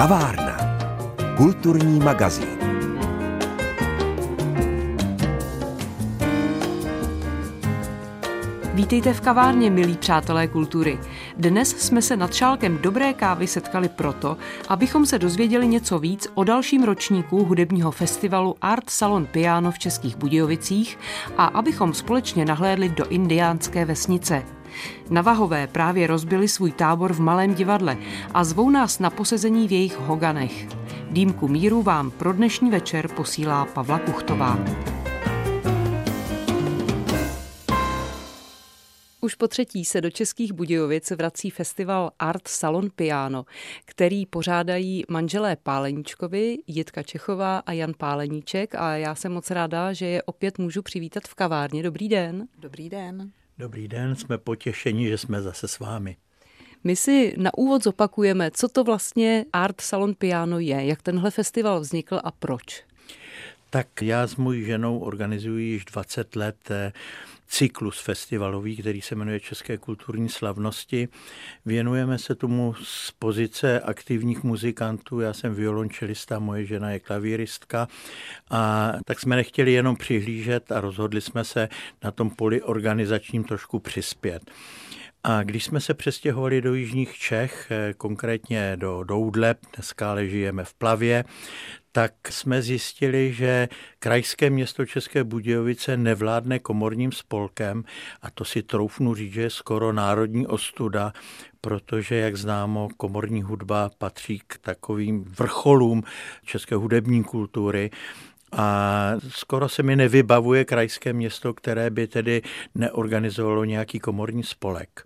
Kavárna. Kulturní magazín. Vítejte v kavárně, milí přátelé kultury. Dnes jsme se nad šálkem dobré kávy setkali proto, abychom se dozvěděli něco víc o dalším ročníku hudebního festivalu Art Salon Piano v Českých Budějovicích a abychom společně nahlédli do indiánské vesnice. Navahové právě rozbili svůj tábor v malém divadle a zvou nás na posezení v jejich hoganech. Dýmku míru vám pro dnešní večer posílá Pavla Kuchtová. Už po třetí se do Českých Budějovic vrací festival Art Salon Piano, který pořádají manželé Páleníčkovi, Jitka Čechová a Jan Páleníček, a já jsem moc ráda, že je opět můžu přivítat v kavárně. Dobrý den. Dobrý den. Dobrý den, jsme potěšeni, že jsme zase s vámi. My si na úvod zopakujeme, co to vlastně Art Salon Piano je, jak tenhle festival vznikl a proč. Tak já s mojí ženou organizuji již 20 let cyklus festivalový, který se jmenuje České kulturní slavnosti. Věnujeme se tomu z pozice aktivních muzikantů. Já jsem violončelista, moje žena je klavíristka. A tak jsme nechtěli jenom přihlížet a rozhodli jsme se na tom poli organizačním trošku přispět. A když jsme se přestěhovali do jižních Čech, konkrétně do Doudle, dneska ale žijeme v Plavě, tak jsme zjistili, že krajské město České Budějovice nevládne komorním spolkem a to si troufnu říct, že je skoro národní ostuda, protože, jak známo, komorní hudba patří k takovým vrcholům české hudební kultury. A skoro se mi nevybavuje krajské město, které by tedy neorganizovalo nějaký komorní spolek.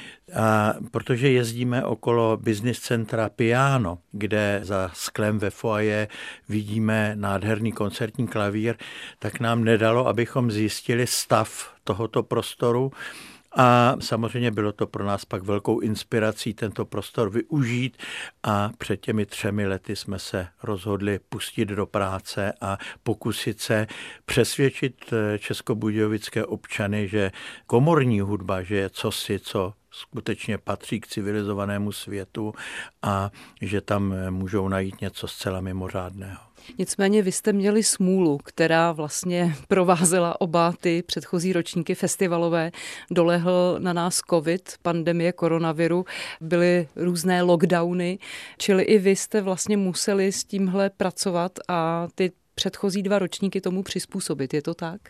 A protože jezdíme okolo business centra Piano, kde za sklem ve foyer vidíme nádherný koncertní klavír, tak nám nedalo, abychom zjistili stav tohoto prostoru. A samozřejmě bylo to pro nás pak velkou inspirací tento prostor využít a před těmi 3 lety jsme se rozhodli pustit do práce a pokusit se přesvědčit českobudějovické občany, že komorní hudba, že je cosi, co skutečně patří k civilizovanému světu a že tam můžou najít něco zcela mimořádného. Nicméně vy jste měli smůlu, která vlastně provázela oba ty předchozí ročníky festivalové. Dolehl na nás covid, pandemie koronaviru, byly různé lockdowny, čili i vy jste vlastně museli s tímhle pracovat a ty předchozí 2 ročníky tomu přizpůsobit. Je to tak?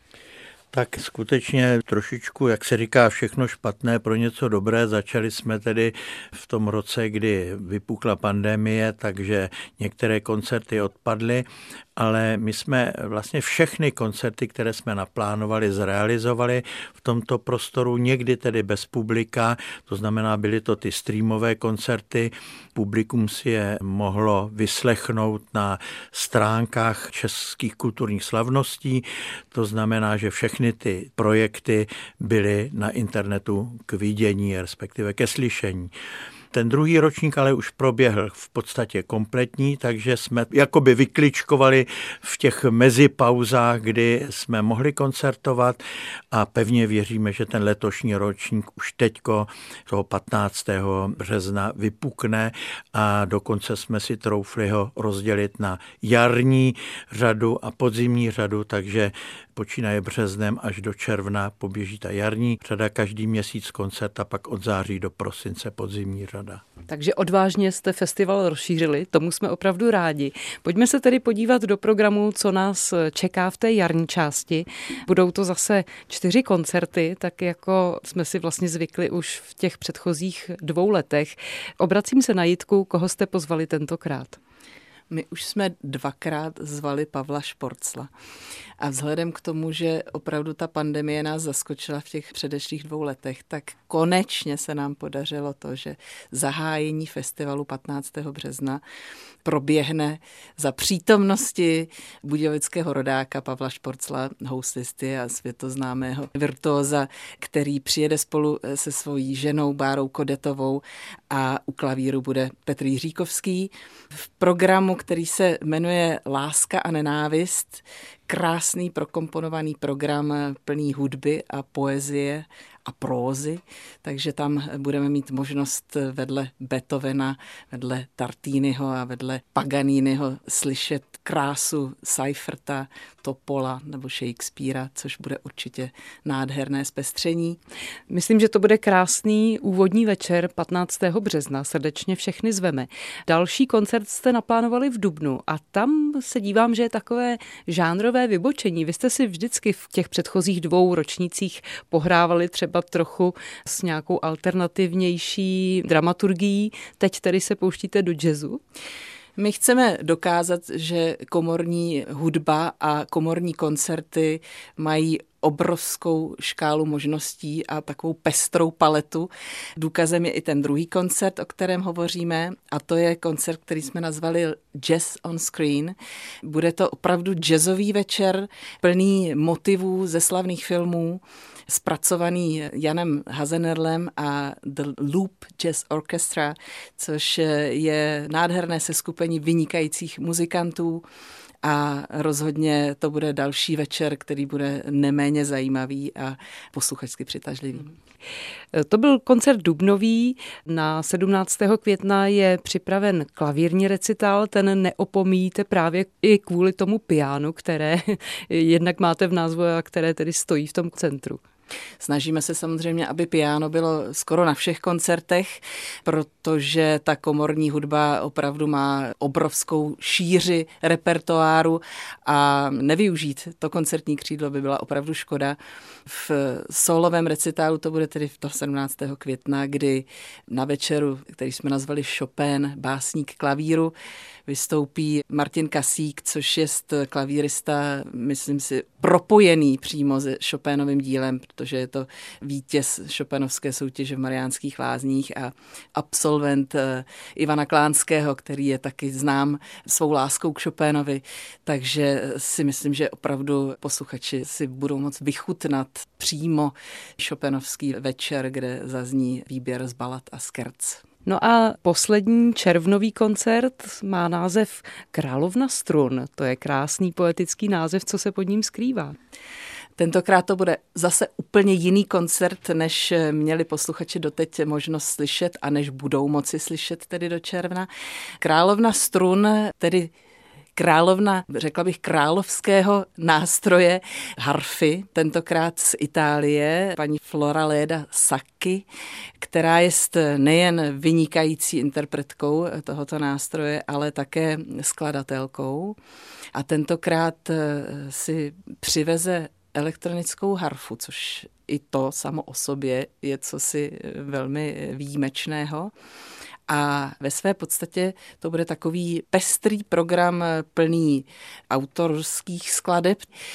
Tak skutečně trošičku, jak se říká, všechno špatné pro něco dobré. Začali jsme tedy v tom roce, kdy vypukla pandemie, takže některé koncerty odpadly, ale my jsme vlastně všechny koncerty, které jsme naplánovali, zrealizovali v tomto prostoru, někdy tedy bez publika, to znamená, byly to ty streamové koncerty, publikum si je mohlo vyslechnout na stránkách Českých kulturních slavností, to znamená, že všechny ty projekty byly na internetu k vidění, respektive ke slyšení. Ten druhý ročník ale už proběhl v podstatě kompletní, takže jsme jakoby vykličkovali v těch mezipauzách, kdy jsme mohli koncertovat a pevně věříme, že ten letošní ročník už teďko toho 15. března vypukne a dokonce jsme si troufli ho rozdělit na jarní řadu a podzimní řadu, takže počínaje březnem až do června poběží ta jarní řada, každý měsíc koncert a pak od září do prosince podzimní řada. Takže odvážně jste festival rozšířili, tomu jsme opravdu rádi. Pojďme se tedy podívat do programu, co nás čeká v té jarní části. Budou to zase 4 koncerty, tak jako jsme si vlastně zvykli už v těch předchozích 2 letech. Obracím se na Jitku, koho jste pozvali tentokrát? My už jsme 2krát zvali Pavla Šporcla. A vzhledem k tomu, že opravdu ta pandemie nás zaskočila v těch předešlých 2 letech, tak konečně se nám podařilo to, že zahájení festivalu 15. března proběhne za přítomnosti budějovického rodáka Pavla Šporcla, houslisty a světoznámého virtuóza, který přijede spolu se svojí ženou Bárou Kodetovou a u klavíru bude Petr Jiříkovský. V programu, který se jmenuje Láska a nenávist, krásný prokomponovaný program plný hudby a poezie a prózy, takže tam budeme mít možnost vedle Beethovena, vedle Tartiniho a vedle Paganiniho slyšet krásu Seiferta, Topola nebo Shakespearea, což bude určitě nádherné zpestření. Myslím, že to bude krásný úvodní večer 15. března. Srdečně všechny zveme. Další koncert jste naplánovali v dubnu a tam se dívám, že je takové žánrové vybočení. Vy jste si vždycky v těch předchozích 2 ročnících pohrávali třeba trochu s nějakou alternativnější dramaturgií. Teď tedy se pouštíte do jazzu. My chceme dokázat, že komorní hudba a komorní koncerty mají obrovskou škálu možností a takovou pestrou paletu. Důkazem je i ten druhý koncert, o kterém hovoříme, a to je koncert, který jsme nazvali Jazz on Screen. Bude to opravdu jazzový večer, plný motivů ze slavných filmů, zpracovaný Janem Hazenerlem a The Loop Jazz Orchestra, což je nádherné seskupení vynikajících muzikantů. A rozhodně to bude další večer, který bude neméně zajímavý a posluchačsky přitažlivý. To byl koncert dubnový. Na 17. května je připraven klavírní recital. Ten neopomíjíte právě i kvůli tomu pianu, které jednak máte v názvu a které tedy stojí v tom centru. Snažíme se samozřejmě, aby piano bylo skoro na všech koncertech, protože ta komorní hudba opravdu má obrovskou šíři repertoáru a nevyužít to koncertní křídlo by byla opravdu škoda. V solovém recitálu to bude tedy 17. května, kdy na večeru, který jsme nazvali Chopin, básník klavíru, vystoupí Martin Kasík, což je klavírista, myslím si, propojený přímo se Chopinovým dílem, protože je to vítěz Chopinovské soutěže v Mariánských Lázních a absolvent Ivana Klánského, který je taky znám svou láskou k Chopinovi, takže si myslím, že opravdu posluchači si budou moct vychutnat přímo Chopinovský večer, kde zazní výběr z balad a skerc. No a poslední červnový koncert má název Královna strun. To je krásný poetický název, co se pod ním skrývá. Tentokrát to bude zase úplně jiný koncert, než měli posluchači doteď možnost slyšet a než budou moci slyšet tedy do června. Královna strun, tedy královna, řekla bych, královského nástroje harfy, tentokrát z Itálie, paní Floraleda Sacchi, která je nejen vynikající interpretkou tohoto nástroje, ale také skladatelkou. A tentokrát si přiveze elektronickou harfu, což i to samo o sobě je cosi velmi výjimečného. A ve své podstatě to bude takový pestrý program plný autorských skladeb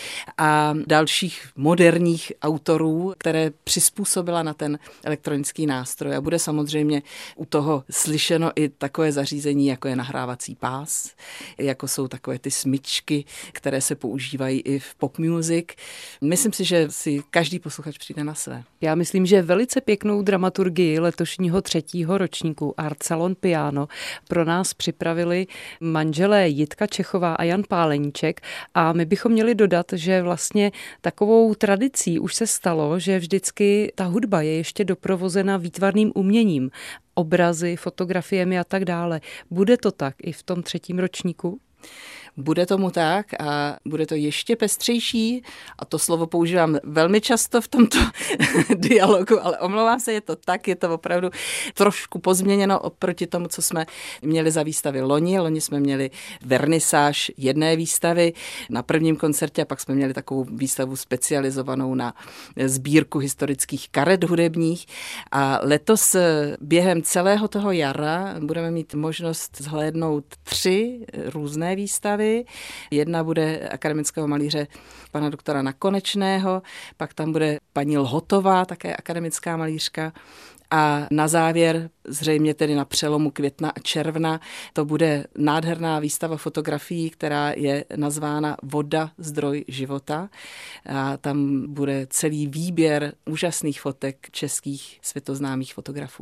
a dalších moderních autorů, které přizpůsobila na ten elektronický nástroj. A bude samozřejmě u toho slyšeno i takové zařízení, jako je nahrávací pás, jako jsou takové ty smyčky, které se používají i v pop music. Myslím si, že si každý posluchač přijde na své. Já myslím, že velice pěknou dramaturgii letošního 3. ročníku Art Salon Piano pro nás připravili manželé Jitka Čechová a Jan Páleníček a my bychom měli dodat, že vlastně takovou tradicí už se stalo, že vždycky ta hudba je ještě doprovozena výtvarným uměním, obrazy, fotografiemi a tak dále. Bude to tak i v tom 3. ročníku? Bude tomu tak a bude to ještě pestřejší a to slovo používám velmi často v tomto dialogu, ale omlouvám se, je to tak, je to opravdu trošku pozměněno oproti tomu, co jsme měli za výstavy loni. Loni jsme měli vernisáž jedné výstavy na prvním koncertě a pak jsme měli takovou výstavu specializovanou na sbírku historických karet hudebních a letos během celého toho jara budeme mít možnost zhlédnout 3 různé výstavy. Jedna bude akademického malíře pana doktora Nakonečného, pak tam bude paní Lhotová, také akademická malířka. A na závěr, zřejmě tedy na přelomu května a června, to bude nádherná výstava fotografií, která je nazvána Voda, zdroj života. A tam bude celý výběr úžasných fotek českých světoznámých fotografů.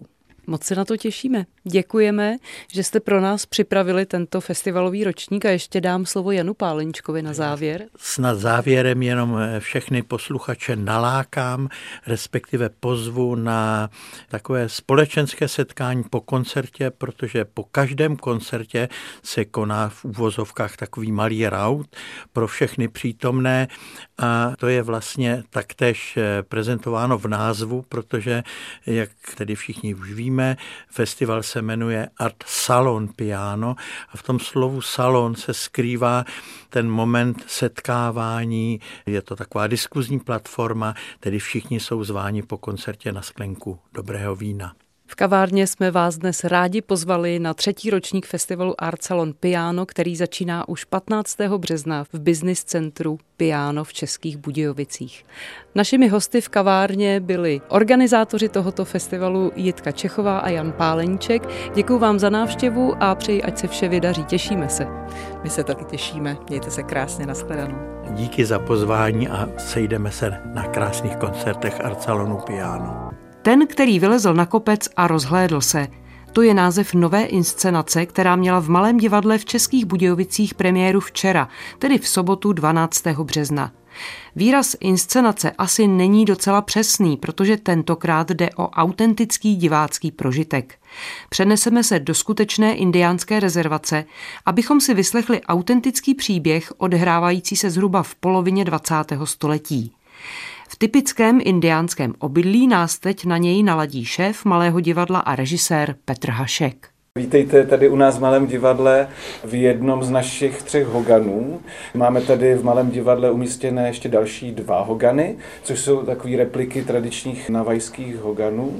Moc se na to těšíme. Děkujeme, že jste pro nás připravili tento festivalový ročník a ještě dám slovo Janu Pálenčkovi na závěr. Snad závěrem jenom všechny posluchače nalákám, respektive pozvu na takové společenské setkání po koncertě, protože po každém koncertě se koná v uvozovkách takový malý raut pro všechny přítomné a to je vlastně taktéž prezentováno v názvu, protože, jak tedy všichni už víme, festival se jmenuje Art Salon Piano a v tom slovu salon se skrývá ten moment setkávání, je to taková diskuzní platforma, tedy všichni jsou zváni po koncertě na sklenku dobrého vína. V kavárně jsme vás dnes rádi pozvali na 3. ročník festivalu Art Salon Piano, který začíná už 15. března v business centru Piano v Českých Budějovicích. Našimi hosty v kavárně byli organizátoři tohoto festivalu Jitka Čechová a Jan Páleníček. Děkuji vám za návštěvu a přeji, ať se vše vydaří. Těšíme se. My se taky těšíme. Mějte se krásně, nashledanou. Díky za pozvání a sejdeme se na krásných koncertech Art Salonu Piano. Ten, který vylezl na kopec a rozhlédl se. To je název nové inscenace, která měla v Malém divadle v Českých Budějovicích premiéru včera, tedy v sobotu 12. března. Výraz inscenace asi není docela přesný, protože tentokrát jde o autentický divácký prožitek. Přeneseme se do skutečné indiánské rezervace, abychom si vyslechli autentický příběh odehrávající se zhruba v polovině 20. století. V typickém indiánském obydlí nás teď na něj naladí šéf Malého divadla a režisér Petr Hašek. Vítejte tady u nás v Malém divadle v jednom z našich 3 hoganů. Máme tady v Malém divadle umístěné ještě další 2 hogany, což jsou takové repliky tradičních navajských hoganů.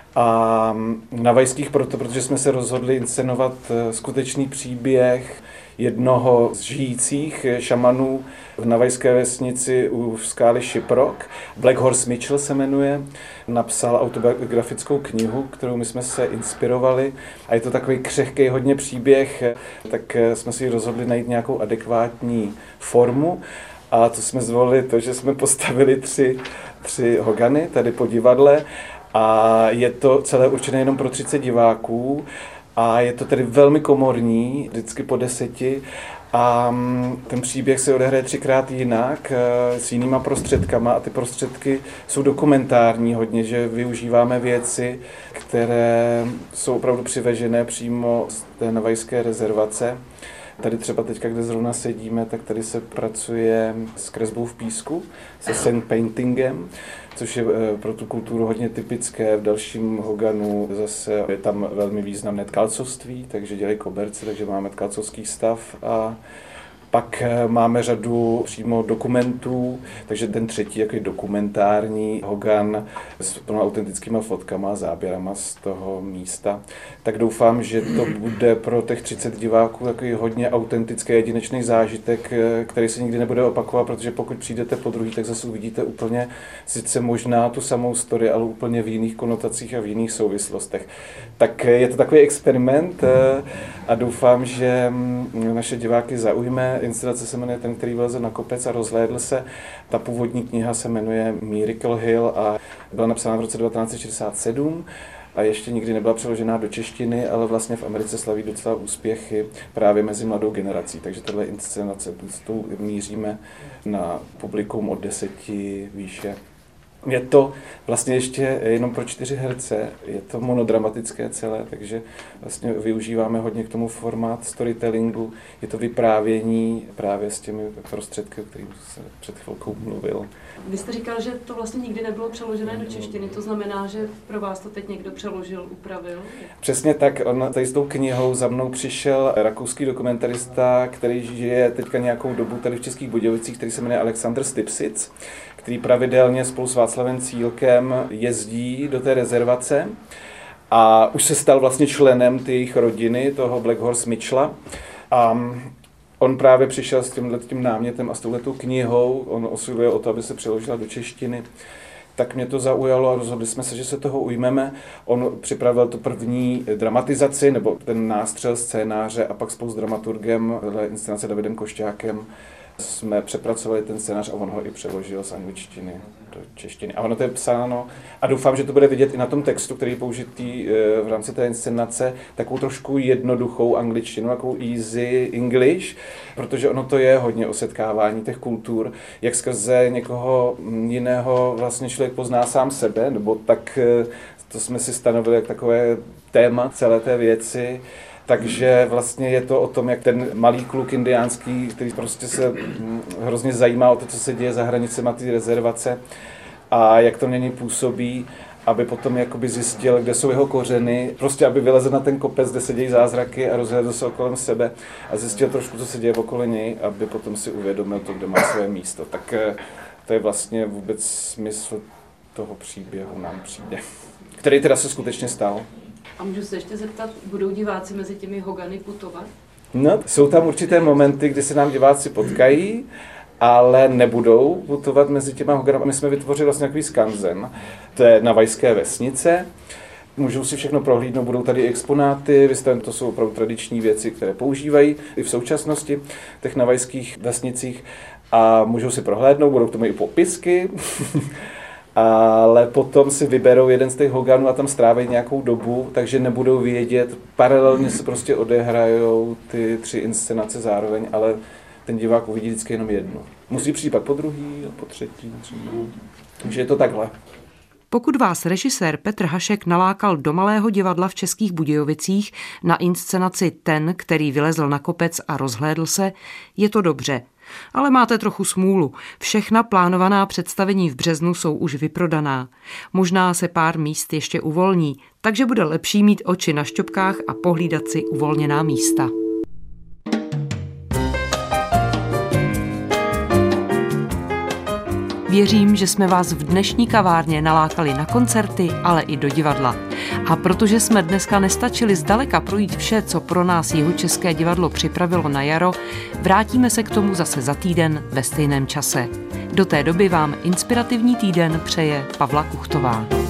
A navajských protože jsme se rozhodli inscenovat skutečný příběh jednoho z žijících šamanů v navajské vesnici u skály Shiprock. Black Horse Mitchell se jmenuje, napsal autobiografickou knihu, kterou my jsme se inspirovali a je to takový křehký hodně příběh, tak jsme si rozhodli najít nějakou adekvátní formu a to jsme zvolili to, že jsme postavili 3 hogany tady po divadle a je to celé určené jenom pro 30 diváků. A je to tedy velmi komorní, vždycky po 10. A ten příběh se odehraje 3krát jinak, s jinýma prostředkama a ty prostředky jsou dokumentární hodně, že využíváme věci, které jsou opravdu přivežené přímo z té navajské rezervace. Tady třeba teďka, kde zrovna sedíme, tak tady se pracuje s kresbou v písku, se sand paintingem, což je pro tu kulturu hodně typické. V dalším hoganu zase je tam velmi významné tkalcovství, takže dělají koberce, takže máme tkalcovský stav a pak máme řadu přímo dokumentů, takže ten 3. jako dokumentární hogan s autentickými fotkama a záběrama z toho místa. Tak doufám, že to bude pro těch 30 diváků takový hodně autentický jedinečný zážitek, který se nikdy nebude opakovat, protože pokud přijdete po druhý, tak zase uvidíte úplně sice možná tu samou story, ale úplně v jiných konotacích a v jiných souvislostech. Tak je to takový experiment a doufám, že naše diváky zaujme. Inscenace se jmenuje Ten, který vyleze na kopec a rozhlédl se. Ta původní kniha se jmenuje Miracle Hill a byla napsána v roce 1967 a ještě nikdy nebyla přeložená do češtiny, ale vlastně v Americe slaví docela úspěchy právě mezi mladou generací. Takže tahle inscenace, tu míříme na publikum od 10 výše. Je to vlastně ještě jenom pro 4 herce, je to monodramatické celé, takže vlastně využíváme hodně k tomu formát storytellingu, je to vyprávění právě s těmi prostředky, o kterých jsem před chvilkou mluvil. Vy jste říkal, že to vlastně nikdy nebylo přeložené do češtiny, to znamená, že pro vás to teď někdo přeložil, upravil? Přesně tak, on tady s tou knihou za mnou přišel rakouský dokumentarista, který žije teďka nějakou dobu tady v Českých Budějovicích, který se jmenuje Alexander Stipsic, který pravidelně spolu s Václavem Cílkem jezdí do té rezervace a už se stal vlastně členem té jejich rodiny, toho Black Horse Mitchella. A on právě přišel s tím námětem a s touhletou knihou, on usiluje o to, aby se přeložila do češtiny. Tak mě to zaujalo a rozhodli jsme se, že se toho ujmeme. On připravil tu první dramatizaci, nebo ten nástřel scénáře a pak spolu s dramaturgem, inscenace Davidem Košťákem, jsme přepracovali ten scénář a on ho i přeložil z angličtiny do češtiny. A ono to je psáno, a doufám, že to bude vidět i na tom textu, který je použitý v rámci té inscenace, takovou trošku jednoduchou angličtinu, takovou easy English, protože ono to je hodně o setkávání těch kultur, jak skrze někoho jiného vlastně člověk pozná sám sebe, nebo tak to jsme si stanovili jak takové téma celé té věci. Takže vlastně je to o tom, jak ten malý kluk indiánský, který prostě se hrozně zajímá o to, co se děje za hranicema té rezervace a jak to na něj působí, aby potom jakoby zjistil, kde jsou jeho kořeny, prostě aby vylezl na ten kopec, kde se dějí zázraky a rozhlédl se kolem sebe a zjistil trošku, co se děje okolo něj, aby potom si uvědomil to, kde má své místo. Tak to je vlastně vůbec smysl toho příběhu, nám přijde, který teda se skutečně stal. A můžu se ještě zeptat, budou diváci mezi těmi hogany putovat? No, jsou tam určité momenty, kdy se nám diváci potkají, ale nebudou putovat mezi těma hoganama. My jsme vytvořili vlastně takový skanzen, to je na Vajské vesnice. Můžou si všechno prohlídnout, budou tady exponáty, to jsou opravdu tradiční věci, které používají i v současnosti v těch navajských vesnicích a můžou si prohlédnout, budou k tomu i popisky. Ale potom si vyberou jeden z těch hoganů a tam stráví nějakou dobu, takže nebudou vědět, paralelně se prostě odehrajou ty 3 inscenace zároveň, ale ten divák uvidí vždycky jenom jednu. Musí přijít pak po druhý a po třetí. Takže je to takhle. Pokud vás režisér Petr Hašek nalákal do Malého divadla v Českých Budějovicích na inscenaci Ten, který vylezl na kopec a rozhlédl se, je to dobře. Ale máte trochu smůlu. Všechna plánovaná představení v březnu jsou už vyprodaná. Možná se pár míst ještě uvolní, takže bude lepší mít oči na šťopkách a pohlídat si uvolněná místa. Věřím, že jsme vás v dnešní kavárně nalákali na koncerty, ale i do divadla. A protože jsme dneska nestačili zdaleka projít vše, co pro nás Jihočeské divadlo připravilo na jaro, vrátíme se k tomu zase za týden ve stejném čase. Do té doby vám inspirativní týden přeje Pavla Kuchtová.